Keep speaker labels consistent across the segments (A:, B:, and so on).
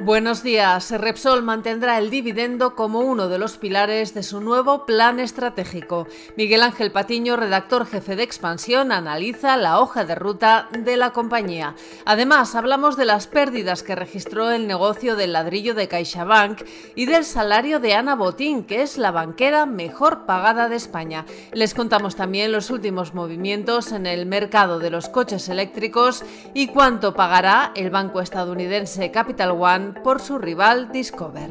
A: Buenos días. Repsol mantendrá el dividendo como uno de los pilares de su nuevo plan estratégico. Miguel Ángel Patiño, redactor jefe de Expansión, analiza la hoja de ruta de la compañía. Además, hablamos de las pérdidas que registró el negocio del ladrillo de CaixaBank y del salario de Ana Botín, que es la banquera mejor pagada de España. Les contamos también los últimos movimientos en el mercado de los coches eléctricos y cuánto pagará el banco estadounidense Capital One por su rival Discover.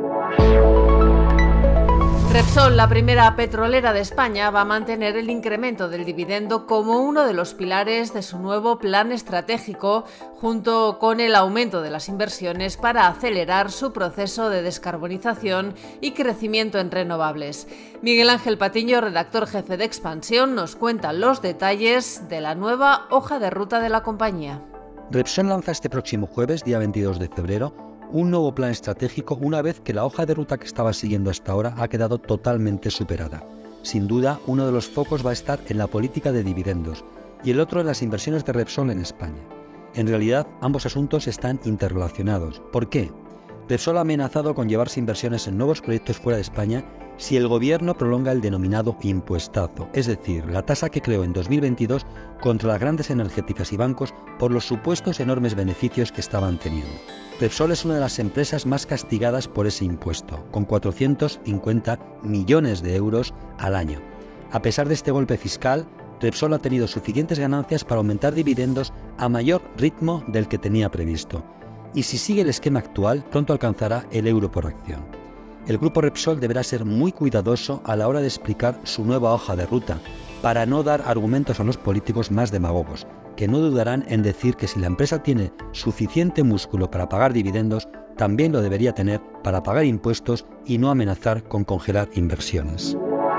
A: Repsol, la primera petrolera de España, va a mantener el incremento del dividendo como uno de los pilares de su nuevo plan estratégico, junto con el aumento de las inversiones para acelerar su proceso de descarbonización y crecimiento en renovables. Miguel Ángel Patiño, redactor jefe de Expansión, nos cuenta los detalles de la nueva hoja de ruta de la compañía.
B: Repsol lanza este próximo jueves, día 22 de febrero, un nuevo plan estratégico una vez que la hoja de ruta que estaba siguiendo hasta ahora ha quedado totalmente superada. Sin duda, uno de los focos va a estar en la política de dividendos y el otro en las inversiones de Repsol en España. En realidad, ambos asuntos están interrelacionados. ¿Por qué? Repsol ha amenazado con llevarse inversiones en nuevos proyectos fuera de España si el gobierno prolonga el denominado impuestazo, es decir, la tasa que creó en 2022 contra las grandes energéticas y bancos por los supuestos enormes beneficios que estaban teniendo. Repsol es una de las empresas más castigadas por ese impuesto, con 450 millones de euros al año. A pesar de este golpe fiscal, Repsol ha tenido suficientes ganancias para aumentar dividendos a mayor ritmo del que tenía previsto. Y si sigue el esquema actual, pronto alcanzará el euro por acción. El grupo Repsol deberá ser muy cuidadoso a la hora de explicar su nueva hoja de ruta, para no dar argumentos a los políticos más demagogos, que no dudarán en decir que si la empresa tiene suficiente músculo para pagar dividendos, también lo debería tener para pagar impuestos y no amenazar con congelar inversiones.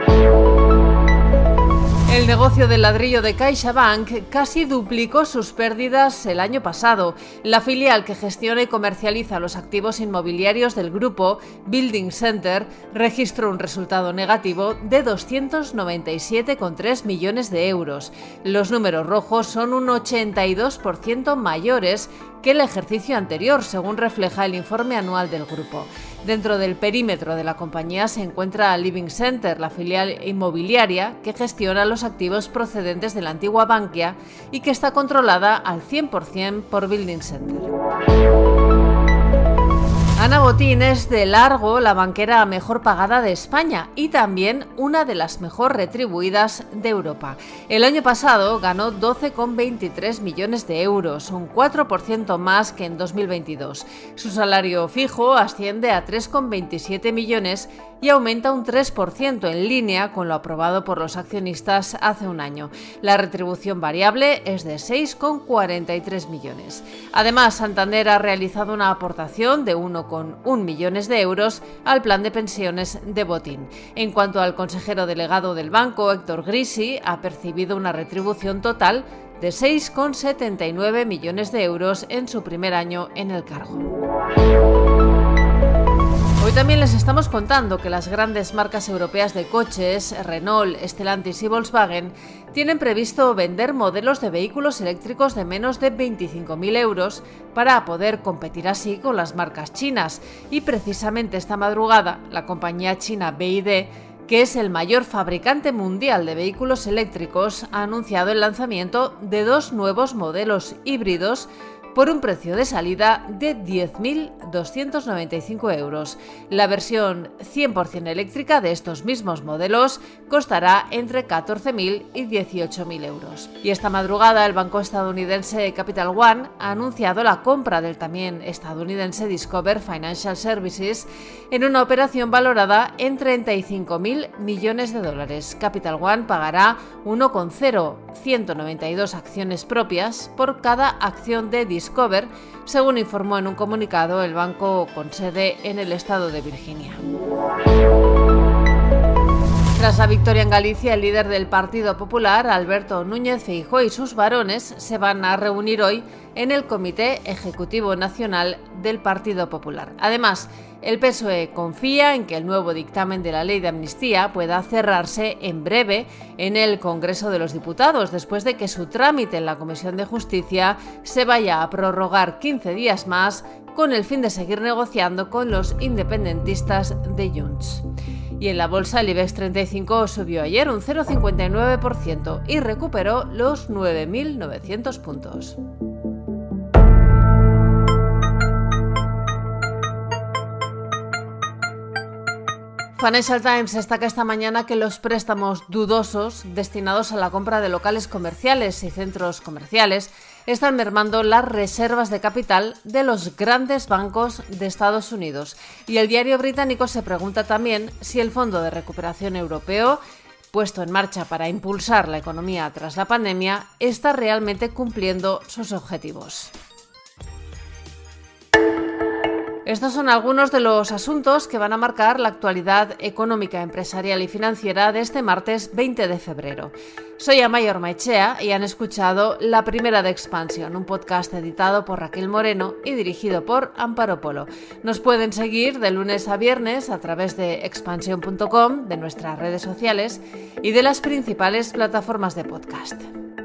A: El negocio del ladrillo de CaixaBank casi duplicó sus pérdidas el año pasado. La filial que gestiona y comercializa los activos inmobiliarios del grupo, Building Center, registró un resultado negativo de 297,3 millones de euros. Los números rojos son un 82% mayores que el ejercicio anterior, según refleja el informe anual del grupo. Dentro del perímetro de la compañía se encuentra Living Center, la filial inmobiliaria que gestiona los activos procedentes de la antigua Bankia y que está controlada al 100% por Building Center. Ana Botín es de largo la banquera mejor pagada de España y también una de las mejor retribuidas de Europa. El año pasado ganó 12,23 millones de euros, un 4% más que en 2022. Su salario fijo asciende a 3,27 millones y aumenta un 3% en línea con lo aprobado por los accionistas hace un año. La retribución variable es de 6,43 millones. Además, Santander ha realizado una aportación de 1,1 millones de euros al plan de pensiones de Botín. En cuanto al consejero delegado del banco, Héctor Grisi, ha percibido una retribución total de 6,79 millones de euros en su primer año en el cargo. Hoy también les estamos contando que las grandes marcas europeas de coches, Renault, Stellantis y Volkswagen, tienen previsto vender modelos de vehículos eléctricos de menos de 25.000 euros para poder competir así con las marcas chinas. Y precisamente esta madrugada, la compañía china BYD, que es el mayor fabricante mundial de vehículos eléctricos, ha anunciado el lanzamiento de dos nuevos modelos híbridos por un precio de salida de 10.295 euros. La versión 100% eléctrica de estos mismos modelos costará entre 14.000 y 18.000 euros. Y esta madrugada el banco estadounidense Capital One ha anunciado la compra del también estadounidense Discover Financial Services en una operación valorada en 35.000 millones de dólares. Capital One pagará 1,0192 acciones propias por cada acción de Discover, según informó en un comunicado el banco con sede en el estado de Virginia. Tras la victoria en Galicia, el líder del Partido Popular, Alberto Núñez Feijóo, y sus varones se van a reunir hoy en el Comité Ejecutivo Nacional del Partido Popular. Además, el PSOE confía en que el nuevo dictamen de la ley de amnistía pueda cerrarse en breve en el Congreso de los Diputados, después de que su trámite en la Comisión de Justicia se vaya a prorrogar 15 días más con el fin de seguir negociando con los independentistas de Junts. Y en la bolsa el IBEX 35 subió ayer un 0,59% y recuperó los 9.900 puntos. Financial Times destaca esta mañana que los préstamos dudosos destinados a la compra de locales comerciales y centros comerciales están mermando las reservas de capital de los grandes bancos de Estados Unidos. Y el diario británico se pregunta también si el Fondo de Recuperación Europeo, puesto en marcha para impulsar la economía tras la pandemia, está realmente cumpliendo sus objetivos. Estos son algunos de los asuntos que van a marcar la actualidad económica, empresarial y financiera de este martes 20 de febrero. Soy Amaia Ormaechea y han escuchado La Primera de Expansión, un podcast editado por Raquel Moreno y dirigido por Amparo Polo. Nos pueden seguir de lunes a viernes a través de expansión.com, de nuestras redes sociales y de las principales plataformas de podcast.